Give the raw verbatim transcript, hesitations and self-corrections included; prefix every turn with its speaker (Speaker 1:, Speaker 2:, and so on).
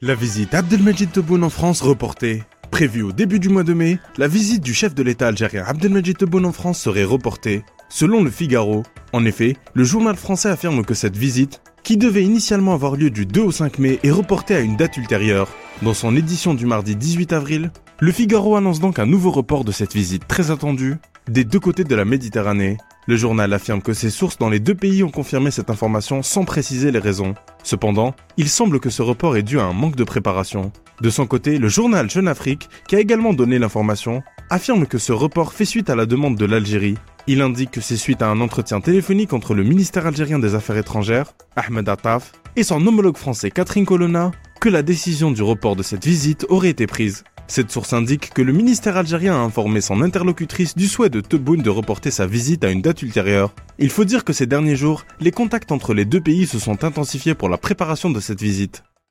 Speaker 1: La visite Abdelmajid Tebboune en France reportée. Prévue au début du mois de mai, la visite du chef de l'État algérien Abdelmajid Tebboune en France serait reportée. Selon Le Figaro, en effet, le journal français affirme que cette visite, qui devait initialement avoir lieu du deux au cinq mai, est reportée à une date ultérieure. Dans son édition du mardi dix-huit avril, Le Figaro annonce donc un nouveau report de cette visite très attendue des deux côtés de la Méditerranée. Le journal affirme que ses sources dans les deux pays ont confirmé cette information sans préciser les raisons. Cependant, il semble que ce report est dû à un manque de préparation. De son côté, le journal Jeune Afrique, qui a également donné l'information, affirme que ce report fait suite à la demande de l'Algérie. Il indique que c'est suite à un entretien téléphonique entre le ministère algérien des Affaires étrangères, Ahmed Attaf, et son homologue français Catherine Colonna, que la décision du report de cette visite aurait été prise. Cette source indique que le ministère algérien a informé son interlocutrice du souhait de Tebboune de reporter sa visite à une date ultérieure. Il faut dire que ces derniers jours, les contacts entre les deux pays se sont intensifiés pour la préparation de cette visite.